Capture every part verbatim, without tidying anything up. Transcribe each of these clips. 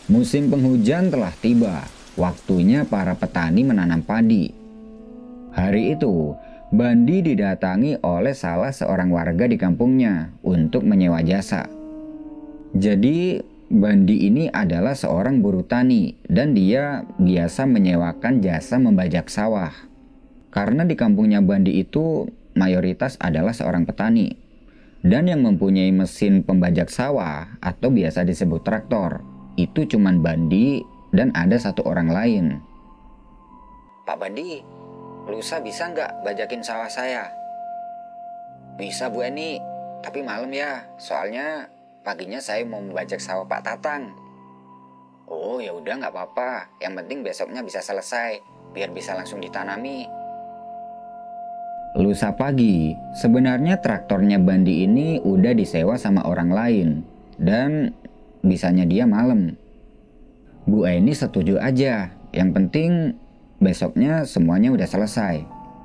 Musim penghujan telah tiba, waktunya para petani menanam padi. Hari itu, Bandi didatangi oleh salah seorang warga di kampungnya untuk menyewa jasa. Jadi, Bandi ini adalah seorang buruh tani dan dia biasa menyewakan jasa membajak sawah. Karena di kampungnya Bandi itu mayoritas adalah seorang petani. Dan yang mempunyai mesin pembajak sawah atau biasa disebut traktor, itu cuman Bandi dan ada satu orang lain. Pak Bandi, lusa bisa nggak bajakin sawah saya? Bisa Bu Eni, tapi malam ya, soalnya paginya saya mau membajak sawah Pak Tatang. Oh ya udah nggak apa-apa, yang penting besoknya bisa selesai, biar bisa langsung ditanami. Lusa pagi, sebenarnya traktornya Bandi ini udah disewa sama orang lain dan bisanya dia malam. Bu Eni setuju aja, yang penting besoknya semuanya udah selesai.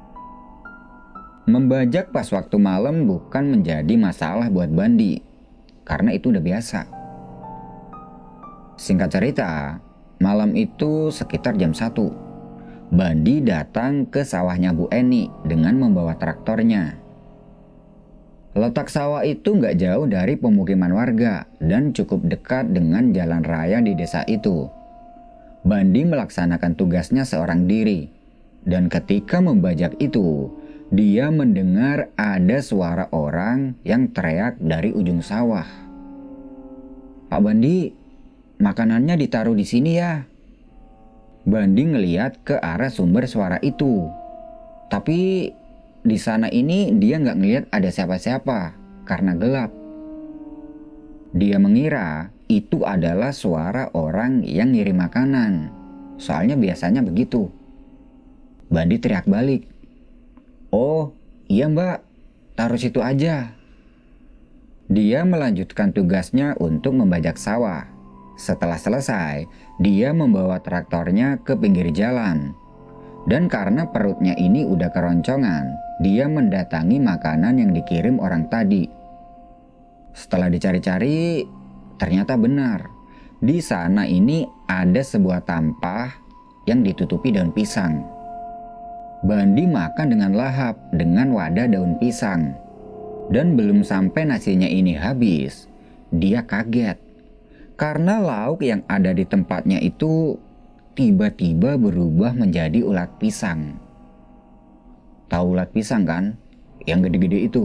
Membajak pas waktu malam bukan menjadi masalah buat Bandi, karena itu udah biasa. Singkat cerita, malam itu sekitar jam satu. Bandi datang ke sawahnya Bu Eni dengan membawa traktornya. Letak sawah itu nggak jauh dari pemukiman warga dan cukup dekat dengan jalan raya di desa itu. Bandi melaksanakan tugasnya seorang diri, dan ketika membajak itu, dia mendengar ada suara orang yang teriak dari ujung sawah. "Pak Bandi, makanannya ditaruh di sini ya." Bandi ngeliat ke arah sumber suara itu. Tapi di sana ini dia nggak ngeliat ada siapa-siapa karena gelap. Dia mengira itu adalah suara orang yang ngirim makanan. Soalnya biasanya begitu. Bandi teriak balik. "Oh iya mbak, taruh situ aja." Dia melanjutkan tugasnya untuk membajak sawah. Setelah selesai, dia membawa traktornya ke pinggir jalan. Dan karena perutnya ini udah keroncongan, dia mendatangi makanan yang dikirim orang tadi. Setelah dicari-cari, ternyata benar. Di sana ini ada sebuah tampah yang ditutupi daun pisang. Bandi makan dengan lahap dengan wadah daun pisang. Dan belum sampai nasinya ini habis, dia kaget. Karena lauk yang ada di tempatnya itu tiba-tiba berubah menjadi ulat pisang. Tahu ulat pisang kan? Yang gede-gede itu.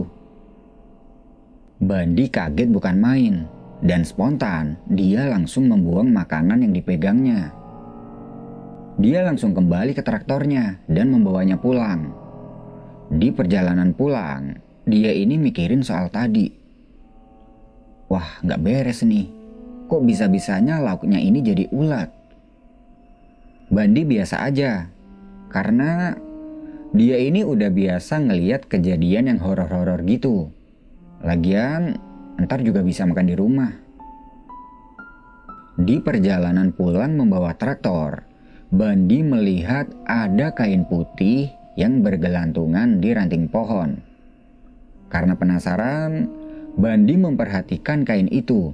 Bandi kaget bukan main, dan spontan dia langsung membuang makanan yang dipegangnya. Dia langsung kembali ke traktornya dan membawanya pulang. Di perjalanan pulang, dia ini mikirin soal tadi. Wah, nggak beres nih. Kok bisa-bisanya lauknya ini jadi ulat? Bandi biasa aja, karena dia ini udah biasa ngeliat kejadian yang horor-horor gitu. Lagian, ntar juga bisa makan di rumah. Di perjalanan pulang membawa traktor, Bandi melihat ada kain putih yang bergelantungan di ranting pohon. Karena penasaran, Bandi memperhatikan kain itu.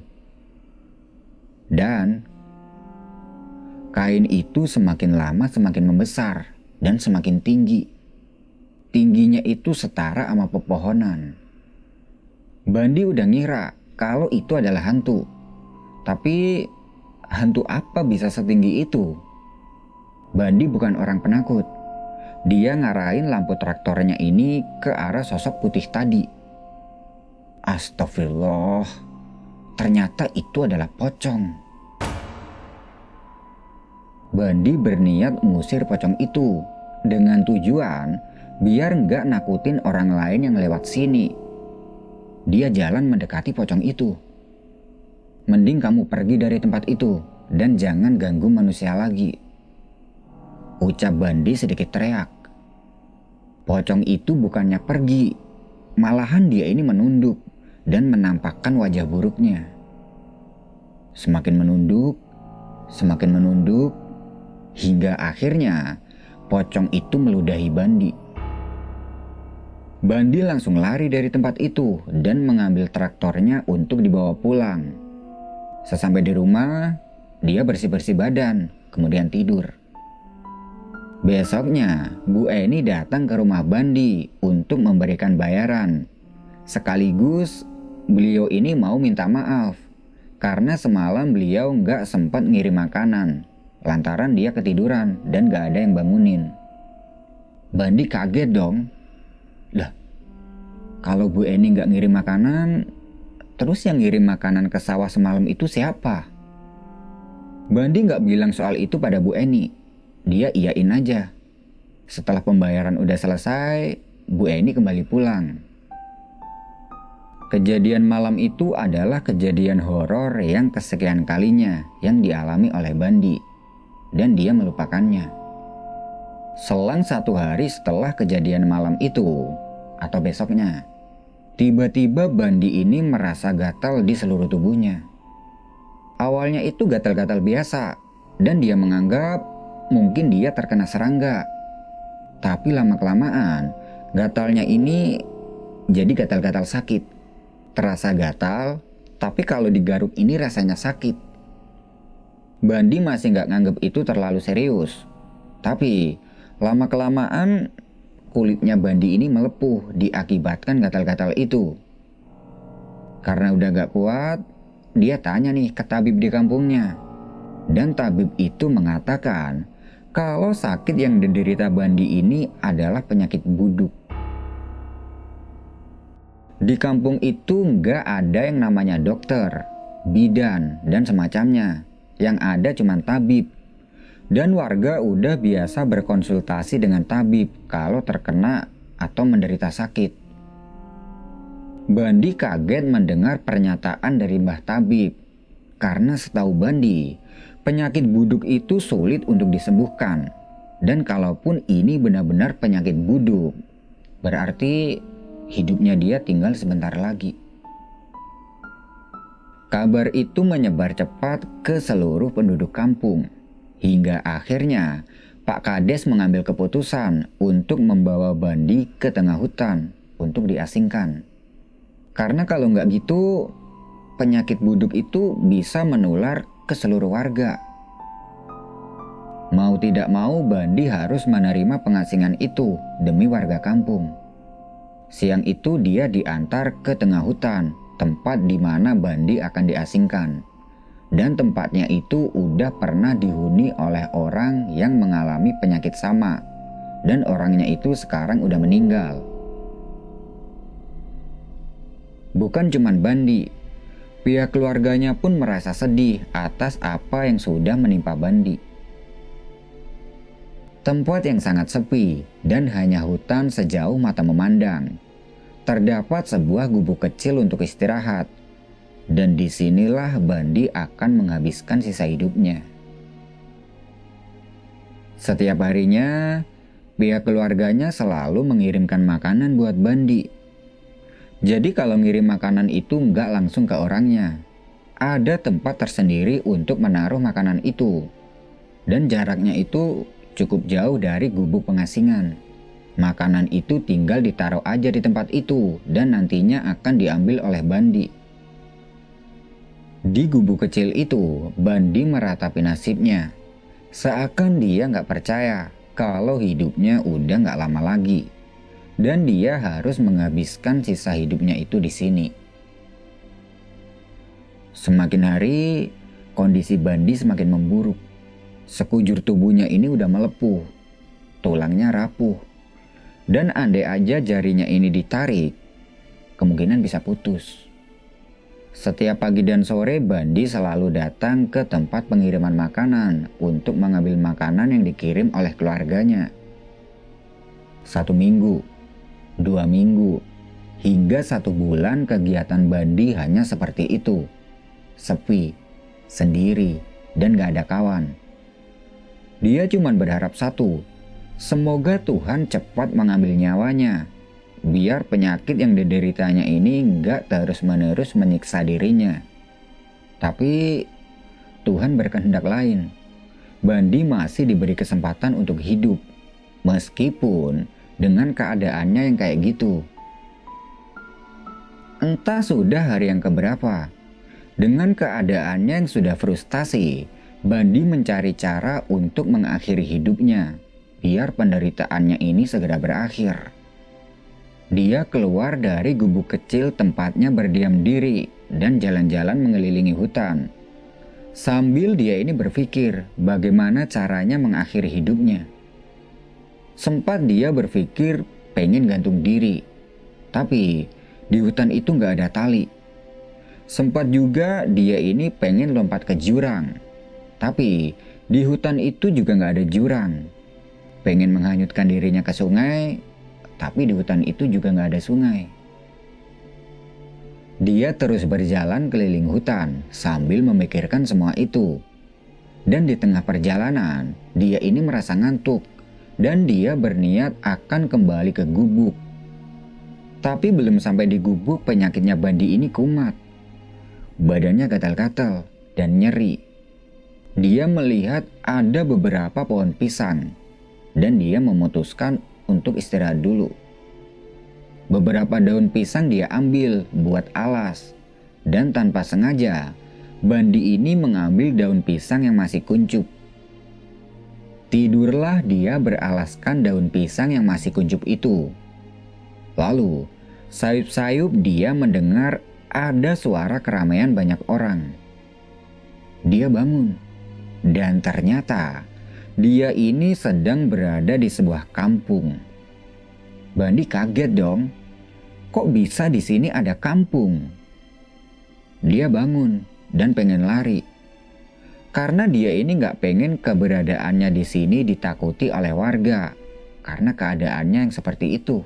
Dan kain itu semakin lama semakin membesar dan semakin tinggi. Tingginya itu setara sama pepohonan. Bandi udah ngira kalau itu adalah hantu. Tapi hantu apa bisa setinggi itu? Bandi bukan orang penakut. Dia ngarahin lampu traktornya ini ke arah sosok putih tadi. Astagfirullah. Ternyata itu adalah pocong. Bandi berniat mengusir pocong itu dengan tujuan biar nggak nakutin orang lain yang lewat sini. Dia jalan mendekati pocong itu. "Mending kamu pergi dari tempat itu dan jangan ganggu manusia lagi," ucap Bandi sedikit teriak. Pocong itu bukannya pergi, malahan dia ini menunduk dan menampakkan wajah buruknya. Semakin menunduk, semakin menunduk, hingga akhirnya pocong itu meludahi Bandi. Bandi langsung lari dari tempat itu dan mengambil traktornya untuk dibawa pulang. Sesampai di rumah, dia bersih-bersih badan, kemudian tidur. Besoknya, Bu Eni datang ke rumah Bandi untuk memberikan bayaran. Sekaligus, beliau ini mau minta maaf karena semalam beliau nggak sempat ngirim makanan lantaran dia ketiduran dan nggak ada yang bangunin. Bandi kaget dong. Lah, kalau Bu Eni nggak ngirim makanan, terus yang ngirim makanan ke sawah semalam itu siapa? Bandi nggak bilang soal itu pada Bu Eni. Dia iyain aja. Setelah pembayaran udah selesai, Bu Eni kembali pulang. Kejadian malam itu adalah kejadian horor yang kesekian kalinya yang dialami oleh Bandi, dan dia melupakannya. Selang satu hari setelah kejadian malam itu, atau besoknya, tiba-tiba Bandi ini merasa gatal di seluruh tubuhnya. Awalnya itu gatal-gatal biasa, dan dia menganggap mungkin dia terkena serangga. Tapi lama-kelamaan, gatalnya ini jadi gatal-gatal sakit. Terasa gatal, tapi kalau digaruk ini rasanya sakit. Bandi masih nggak nganggep itu terlalu serius. Tapi lama-kelamaan kulitnya Bandi ini melepuh diakibatkan gatal-gatal itu. Karena udah gak kuat, dia tanya nih ke tabib di kampungnya. Dan tabib itu mengatakan kalau sakit yang diderita Bandi ini adalah penyakit buduk. Di kampung itu nggak ada yang namanya dokter, bidan, dan semacamnya. Yang ada cuma tabib. Dan warga udah biasa berkonsultasi dengan tabib kalau terkena atau menderita sakit. Bandi kaget mendengar pernyataan dari Mbah Tabib. Karena setahu Bandi, penyakit buduk itu sulit untuk disembuhkan. Dan kalaupun ini benar-benar penyakit buduk, berarti hidupnya dia tinggal sebentar lagi. Kabar itu menyebar cepat ke seluruh penduduk kampung. Hingga akhirnya Pak Kades mengambil keputusan untuk membawa Bandi ke tengah hutan untuk diasingkan. Karena kalau nggak gitu, penyakit buduk itu bisa menular ke seluruh warga. Mau tidak mau Bandi harus menerima pengasingan itu demi warga kampung. Siang itu dia diantar ke tengah hutan, tempat di mana Bandi akan diasingkan. Dan tempatnya itu udah pernah dihuni oleh orang yang mengalami penyakit sama. Dan orangnya itu sekarang udah meninggal. Bukan cuman Bandi, pihak keluarganya pun merasa sedih atas apa yang sudah menimpa Bandi. Tempat yang sangat sepi dan hanya hutan sejauh mata memandang. Terdapat sebuah gubuk kecil untuk istirahat. Dan disinilah Bandi akan menghabiskan sisa hidupnya. Setiap harinya, pihak keluarganya selalu mengirimkan makanan buat Bandi. Jadi kalau ngirim makanan itu nggak langsung ke orangnya. Ada tempat tersendiri untuk menaruh makanan itu. Dan jaraknya itu cukup jauh dari gubuk pengasingan. Makanan itu tinggal ditaruh aja di tempat itu dan nantinya akan diambil oleh Bandi. Di gubuk kecil itu, Bandi meratapi nasibnya. Seakan dia nggak percaya kalau hidupnya udah nggak lama lagi. Dan dia harus menghabiskan sisa hidupnya itu di sini. Semakin hari, kondisi Bandi semakin memburuk. Sekujur tubuhnya ini udah melepuh. Tulangnya rapuh. Dan andai aja jarinya ini ditarik, kemungkinan bisa putus. Setiap pagi dan sore Bandi selalu datang ke tempat pengiriman makanan untuk mengambil makanan yang dikirim oleh keluarganya. Satu minggu, dua minggu, hingga satu bulan kegiatan Bandi hanya seperti itu. Sepi, sendiri, dan gak ada kawan. Dia cuma berharap satu, semoga Tuhan cepat mengambil nyawanya. Biar penyakit yang dideritanya ini nggak terus-menerus menyiksa dirinya. Tapi Tuhan berkehendak lain. Bandi masih diberi kesempatan untuk hidup, meskipun dengan keadaannya yang kayak gitu. Entah sudah hari yang keberapa, dengan keadaannya yang sudah frustasi, Bandi mencari cara untuk mengakhiri hidupnya, biar penderitaannya ini segera berakhir. Dia keluar dari gubuk kecil tempatnya berdiam diri dan jalan-jalan mengelilingi hutan. Sambil dia ini berpikir bagaimana caranya mengakhiri hidupnya. Sempat dia berpikir pengen gantung diri, tapi di hutan itu nggak ada tali. Sempat juga dia ini pengen lompat ke jurang, tapi di hutan itu juga nggak ada jurang. Pengen menghanyutkan dirinya ke sungai, tapi di hutan itu juga nggak ada sungai. Dia terus berjalan keliling hutan sambil memikirkan semua itu. Dan di tengah perjalanan, dia ini merasa ngantuk dan dia berniat akan kembali ke gubuk. Tapi belum sampai di gubuk, penyakitnya Bandi ini kumat. Badannya gatal-gatal dan nyeri. Dia melihat ada beberapa pohon pisang dan dia memutuskan untuk istirahat dulu. Beberapa daun pisang dia ambil buat alas, dan tanpa sengaja Bandi ini mengambil daun pisang yang masih kuncup. Tidurlah dia beralaskan daun pisang yang masih kuncup itu. Lalu sayup-sayup dia mendengar ada suara keramaian banyak orang. Dia bangun, dan ternyata dia ini sedang berada di sebuah kampung. Bandi kaget dong. Kok bisa di sini ada kampung? Dia bangun dan pengen lari. Karena dia ini nggak pengen keberadaannya di sini ditakuti oleh warga. Karena keadaannya yang seperti itu.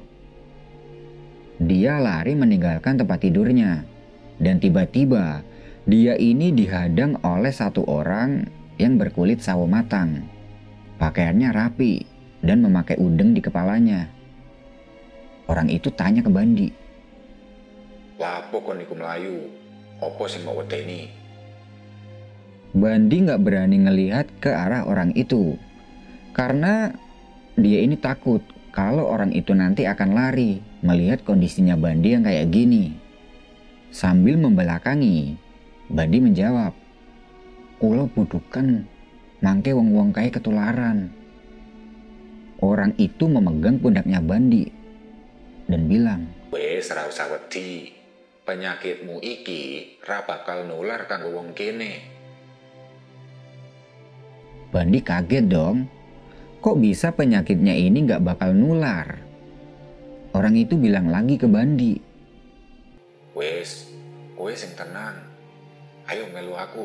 Dia lari meninggalkan tempat tidurnya. Dan tiba-tiba dia ini dihadang oleh satu orang yang berkulit sawo matang. Pakaiannya rapi dan memakai udeng di kepalanya. Orang itu tanya ke Bandi. Lapo kon iku melayu? Opo sing mau wedeni? Bandi nggak berani ngelihat ke arah orang itu. Karena dia ini takut kalau orang itu nanti akan lari melihat kondisinya Bandi yang kayak gini. Sambil membelakangi, Bandi menjawab, "Kulo budukan mangke wong-wong kae ketularan." Orang itu memegang pundaknya Bandi dan bilang, Wes ra usah wedi. Penyakitmu iki ra bakal nular kanggo wong kene. Bandi kaget dong. Kok bisa penyakitnya ini gak bakal nular? Orang itu bilang lagi ke Bandi, Wes, kowe sing tenang. Ayo melu aku.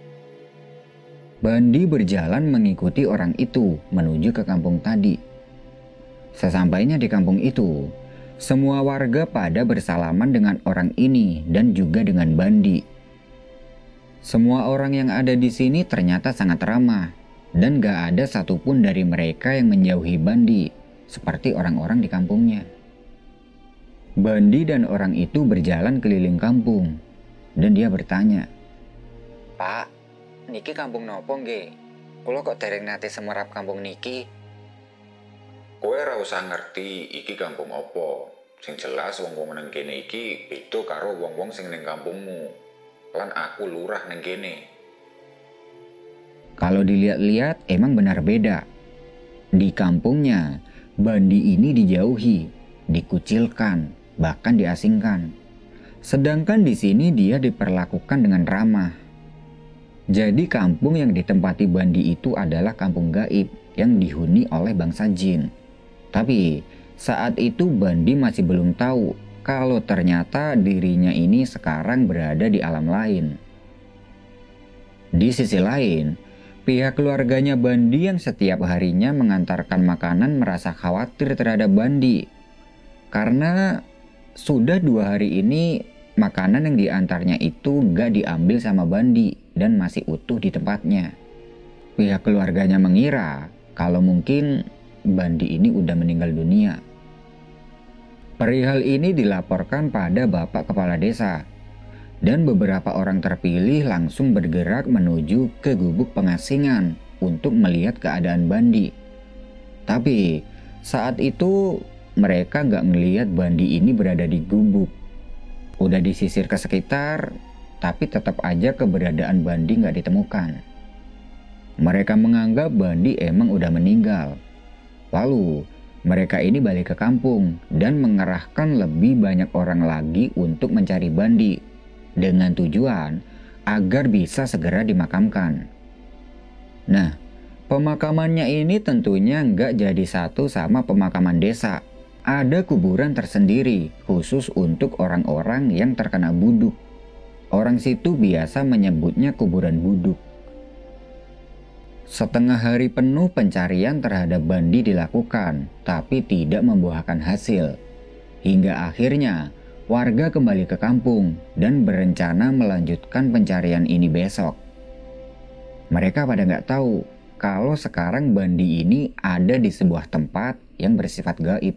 Bandi berjalan mengikuti orang itu menuju ke kampung tadi. Sesampainya di kampung itu, semua warga pada bersalaman dengan orang ini dan juga dengan Bandi. Semua orang yang ada di sini ternyata sangat ramah dan gak ada satupun dari mereka yang menjauhi Bandi seperti orang-orang di kampungnya. Bandi dan orang itu berjalan keliling kampung dan dia bertanya, Pak, niki kampung nopo nggih? Kulo kok dereng nate semerap kampung niki? Kowe ra usah ngerti iki kampung opo. Sing jelas wong-wong nang kene iki beda karo wong-wong sing ning kampungmu. Lan aku lurah nang kene. Kalau dilihat-lihat emang benar beda. Di kampungnya, Bandi ini dijauhi, dikucilkan, bahkan diasingkan. Sedangkan di sini dia diperlakukan dengan ramah. Jadi kampung yang ditempati Bandi itu adalah kampung gaib yang dihuni oleh bangsa jin. Tapi saat itu Bandi masih belum tahu kalau ternyata dirinya ini sekarang berada di alam lain. Di sisi lain, pihak keluarganya Bandi yang setiap harinya mengantarkan makanan merasa khawatir terhadap Bandi. Karena sudah dua hari ini makanan yang diantarnya itu gak diambil sama Bandi dan masih utuh di tempatnya. Pihak keluarganya mengira kalau mungkin Bandi ini udah meninggal dunia. Perihal ini dilaporkan pada Bapak Kepala Desa. Dan beberapa orang terpilih langsung bergerak menuju ke gubuk pengasingan untuk melihat keadaan Bandi. Tapi saat itu mereka nggak ngelihat Bandi ini berada di gubuk. Udah disisir ke sekitar, tapi tetap aja keberadaan Bandi nggak ditemukan. Mereka menganggap Bandi emang udah meninggal. Lalu, mereka ini balik ke kampung dan mengerahkan lebih banyak orang lagi untuk mencari Bandi dengan tujuan agar bisa segera dimakamkan. Nah, pemakamannya ini tentunya nggak jadi satu sama pemakaman desa. Ada kuburan tersendiri khusus untuk orang-orang yang terkena buduk. Orang situ biasa menyebutnya kuburan buduk. Setengah hari penuh pencarian terhadap Bandi dilakukan, tapi tidak membuahkan hasil. Hingga akhirnya warga kembali ke kampung dan berencana melanjutkan pencarian ini besok. Mereka pada nggak tahu kalau sekarang Bandi ini ada di sebuah tempat yang bersifat gaib.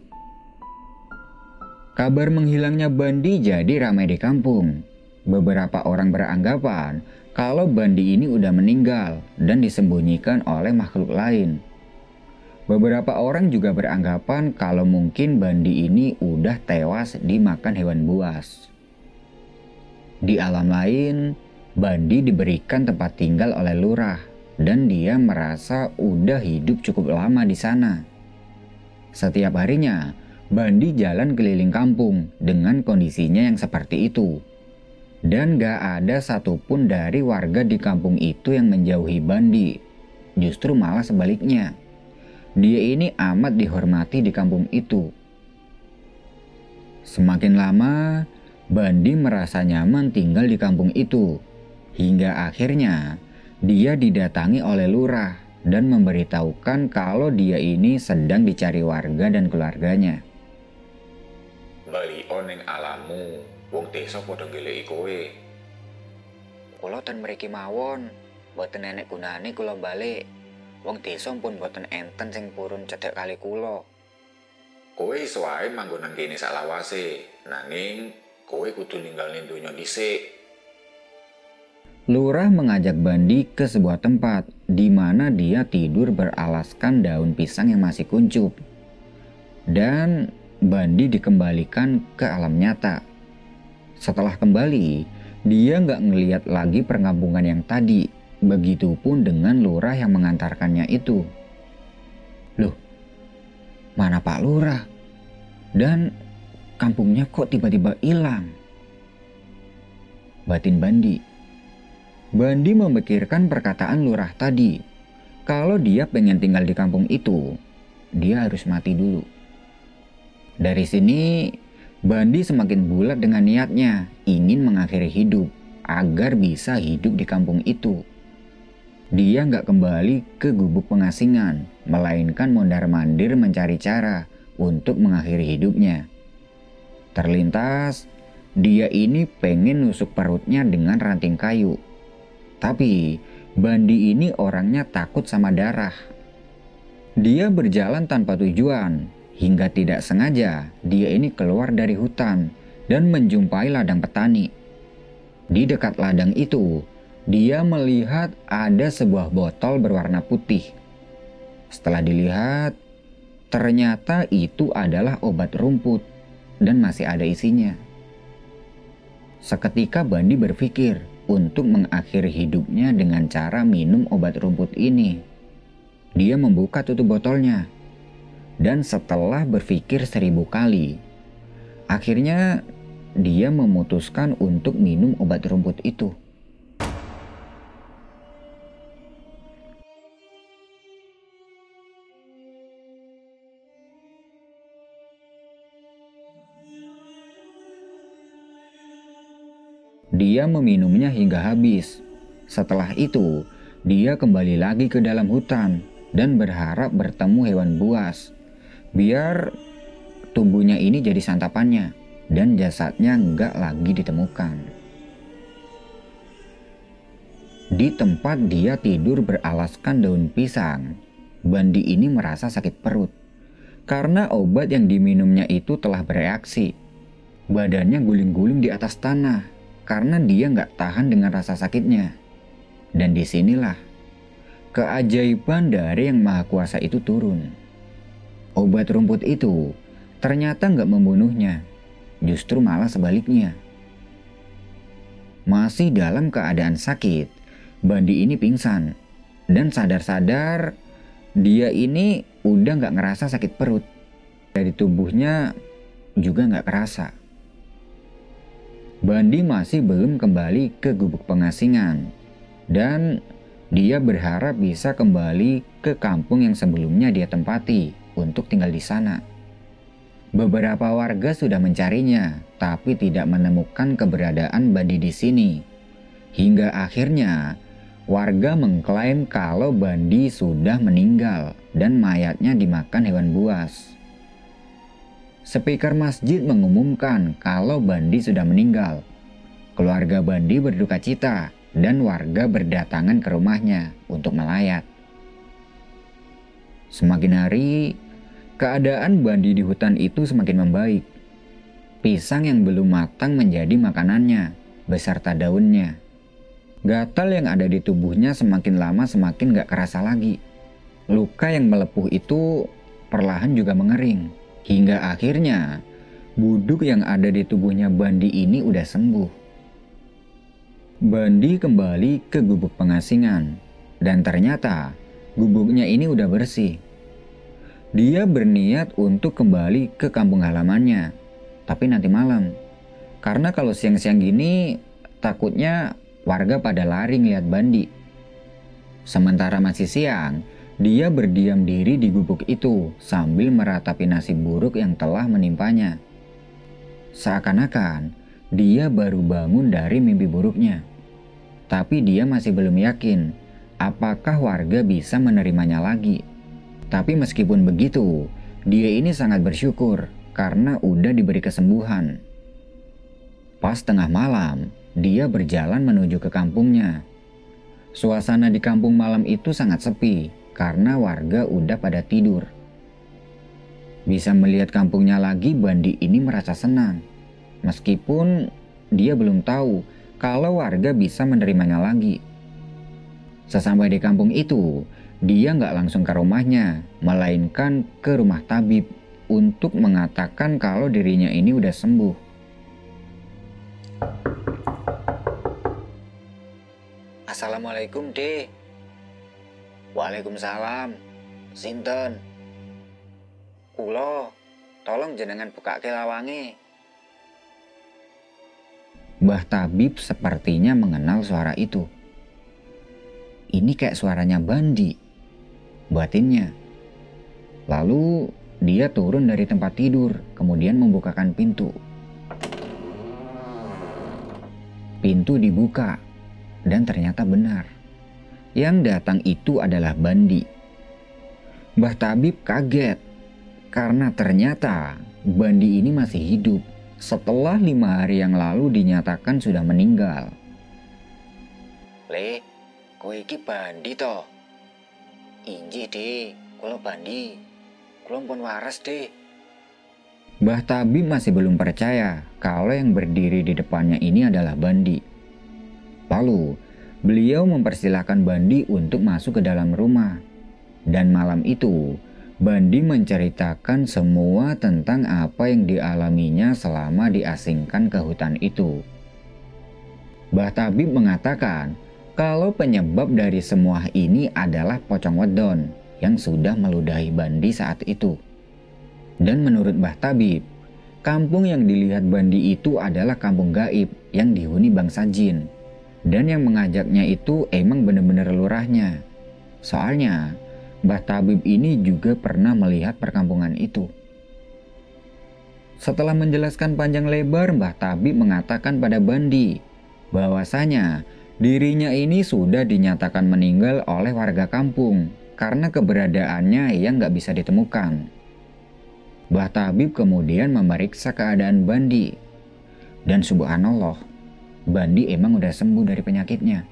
Kabar menghilangnya Bandi jadi ramai di kampung. Beberapa orang beranggapan kalau Bandi ini udah meninggal dan disembunyikan oleh makhluk lain. Beberapa orang juga beranggapan kalau mungkin Bandi ini udah tewas dimakan hewan buas. Di alam lain, Bandi diberikan tempat tinggal oleh lurah dan dia merasa udah hidup cukup lama di sana. Setiap harinya, Bandi jalan keliling kampung dengan kondisinya yang seperti itu. Dan gak ada satupun dari warga di kampung itu yang menjauhi Bandi. Justru malah sebaliknya. Dia ini amat dihormati di kampung itu. Semakin lama, Bandi merasa nyaman tinggal di kampung itu. Hingga akhirnya, dia didatangi oleh lurah dan memberitahukan kalau dia ini sedang dicari warga dan keluarganya. Bali oneng alamu, wong desa padha ngeleki kowe. Kula ten mriki mawon, boten enek gunane kula balik. Wong desa pun boten enten sing purun cedhak kali kula. Kowe iso wae manggon nang kene saklawase, nanging kowe kudu ninggalin donya dhisik. Lurah mengajak Bandi ke sebuah tempat di mana dia tidur beralaskan daun pisang yang masih kuncup. Dan Bandi dikembalikan ke alam nyata. Setelah kembali, dia nggak ngeliat lagi perkampungan yang tadi. Begitupun dengan lurah yang mengantarkannya itu. Loh, mana Pak Lurah? Dan kampungnya kok tiba-tiba hilang? Batin Bandi. Bandi memikirkan perkataan lurah tadi. Kalau dia pengen tinggal di kampung itu, dia harus mati dulu. Dari sini, Bandi semakin bulat dengan niatnya ingin mengakhiri hidup agar bisa hidup di kampung itu. Dia nggak kembali ke gubuk pengasingan, melainkan mondar-mandir mencari cara untuk mengakhiri hidupnya. Terlintas, dia ini pengen nusuk perutnya dengan ranting kayu. Tapi, Bandi ini orangnya takut sama darah. Dia berjalan tanpa tujuan. Hingga tidak sengaja dia ini keluar dari hutan dan menjumpai ladang petani. Di dekat ladang itu, dia melihat ada sebuah botol berwarna putih. Setelah dilihat, ternyata itu adalah obat rumput dan masih ada isinya. Seketika Bandi berpikir untuk mengakhiri hidupnya dengan cara minum obat rumput ini. Dia membuka tutup botolnya. Dan setelah berpikir seribu kali, akhirnya dia memutuskan untuk minum obat rumput itu. Dia meminumnya hingga habis. Setelah itu, dia kembali lagi ke dalam hutan dan berharap bertemu hewan buas. Biar tubuhnya ini jadi santapannya dan jasadnya nggak lagi ditemukan. Di tempat dia tidur beralaskan daun pisang, Bandi ini merasa sakit perut. Karena obat yang diminumnya itu telah bereaksi. Badannya guling-guling di atas tanah karena dia nggak tahan dengan rasa sakitnya. Dan disinilah keajaiban dari Yang Maha Kuasa itu turun. Obat rumput itu ternyata nggak membunuhnya, justru malah sebaliknya. Masih dalam keadaan sakit, Bandi ini pingsan. Dan sadar-sadar dia ini udah gak ngerasa sakit perut. Dari tubuhnya juga gak kerasa. Bandi masih belum kembali ke gubuk pengasingan. Dan dia berharap bisa kembali ke kampung yang sebelumnya dia tempati untuk tinggal di sana. Beberapa warga sudah mencarinya, tapi tidak menemukan keberadaan Bandi di sini. Hingga akhirnya warga mengklaim kalau Bandi sudah meninggal dan mayatnya dimakan hewan buas. Speaker masjid mengumumkan kalau Bandi sudah meninggal. Keluarga Bandi berduka cita dan warga berdatangan ke rumahnya untuk melayat. Semakin hari, keadaan Bandi di hutan itu semakin membaik. Pisang yang belum matang menjadi makanannya beserta daunnya. Gatal yang ada di tubuhnya semakin lama semakin gak kerasa lagi. Luka yang melepuh itu perlahan juga mengering. Hingga akhirnya buduk yang ada di tubuhnya Bandi ini udah sembuh. Bandi kembali ke gubuk pengasingan. Dan ternyata gubuknya ini udah bersih. Dia berniat untuk kembali ke kampung halamannya. Tapi nanti malam. Karena kalau siang-siang gini takutnya warga pada lari ngeliat Bandi. Sementara masih siang, dia berdiam diri di gubuk itu sambil meratapi nasib buruk yang telah menimpanya. Seakan-akan dia baru bangun dari mimpi buruknya. Tapi dia masih belum yakin apakah warga bisa menerimanya lagi. Tapi meskipun begitu, dia ini sangat bersyukur karena udah diberi kesembuhan. Pas tengah malam, dia berjalan menuju ke kampungnya. Suasana di kampung malam itu sangat sepi karena warga udah pada tidur. Bisa melihat kampungnya lagi, Bandi ini merasa senang. Meskipun dia belum tahu kalau warga bisa menerimanya lagi. Sesampai di kampung itu, dia nggak langsung ke rumahnya, melainkan ke rumah tabib untuk mengatakan kalau dirinya ini udah sembuh. Assalamualaikum, Dek. Waalaikumsalam. Sinten? Kulo, tolong jenengan buka lawange. Mbah Tabib sepertinya mengenal suara itu. Ini kayak suaranya Bandi, batinnya. Lalu dia turun dari tempat tidur, kemudian membukakan pintu. Pintu dibuka. Dan ternyata benar, yang datang itu adalah Bandi. Mbah Tabib kaget, karena ternyata Bandi ini masih hidup setelah lima hari yang lalu dinyatakan sudah meninggal. Le, kowe iki Bandi toh? Inji deh, kulo Bandi. Kulo pun waras deh. Mbah Tabib masih belum percaya kalau yang berdiri di depannya ini adalah Bandi. Lalu, beliau mempersilahkan Bandi untuk masuk ke dalam rumah. Dan malam itu, Bandi menceritakan semua tentang apa yang dialaminya selama diasingkan ke hutan itu. Mbah Tabib mengatakan kalau penyebab dari semua ini adalah pocong wedon yang sudah meludahi Bandi saat itu. Dan menurut Mbah Tabib, kampung yang dilihat Bandi itu adalah kampung gaib yang dihuni bangsa jin. Dan yang mengajaknya itu emang benar-benar lurahnya. Soalnya, Mbah Tabib ini juga pernah melihat perkampungan itu. Setelah menjelaskan panjang lebar, Mbah Tabib mengatakan pada Bandi bahwasanya dirinya ini sudah dinyatakan meninggal oleh warga kampung karena keberadaannya yang gak bisa ditemukan. Mbah Tabib kemudian memeriksa keadaan Bandi. Dan subhanallah, Bandi emang udah sembuh dari penyakitnya.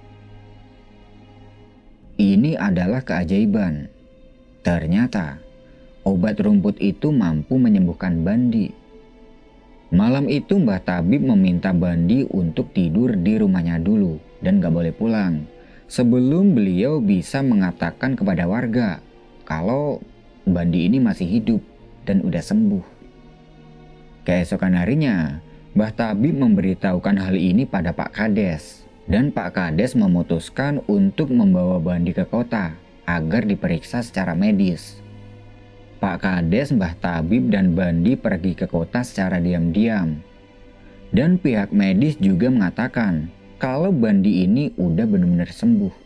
Ini adalah keajaiban. Ternyata obat rumput itu mampu menyembuhkan Bandi. Malam itu Mbah Tabib meminta Bandi untuk tidur di rumahnya dulu dan gak boleh pulang sebelum beliau bisa mengatakan kepada warga kalau Bandi ini masih hidup dan udah sembuh. Keesokan harinya, Mbah Tabib memberitahukan hal ini pada Pak Kades Dan Pak Kades memutuskan untuk membawa Bandi ke kota agar diperiksa secara medis. Pak Kades, Mbah Tabib, dan Bandi pergi ke kota secara diam-diam. Dan pihak medis juga mengatakan kalau Bandi ini udah benar-benar sembuh.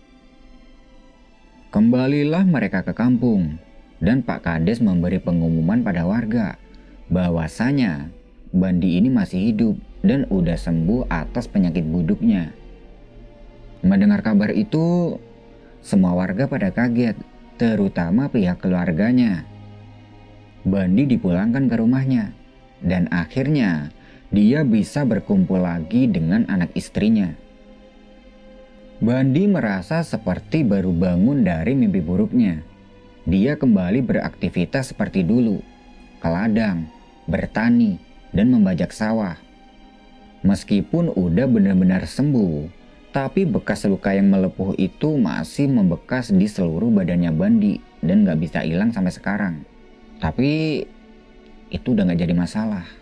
Kembalilah mereka ke kampung, dan Pak Kades memberi pengumuman pada warga bahwasanya Bandi ini masih hidup dan udah sembuh atas penyakit buduknya. Mendengar kabar itu, semua warga pada kaget, terutama pihak keluarganya. Bandi dipulangkan ke rumahnya, dan akhirnya dia bisa berkumpul lagi dengan anak istrinya. Bandi merasa seperti baru bangun dari mimpi buruknya. Dia kembali beraktivitas seperti dulu, ke ladang, bertani, dan membajak sawah. Meskipun udah benar-benar sembuh, tapi bekas luka yang melepuh itu masih membekas di seluruh badannya Bandi dan gak bisa hilang sampai sekarang. Tapi itu udah gak jadi masalah.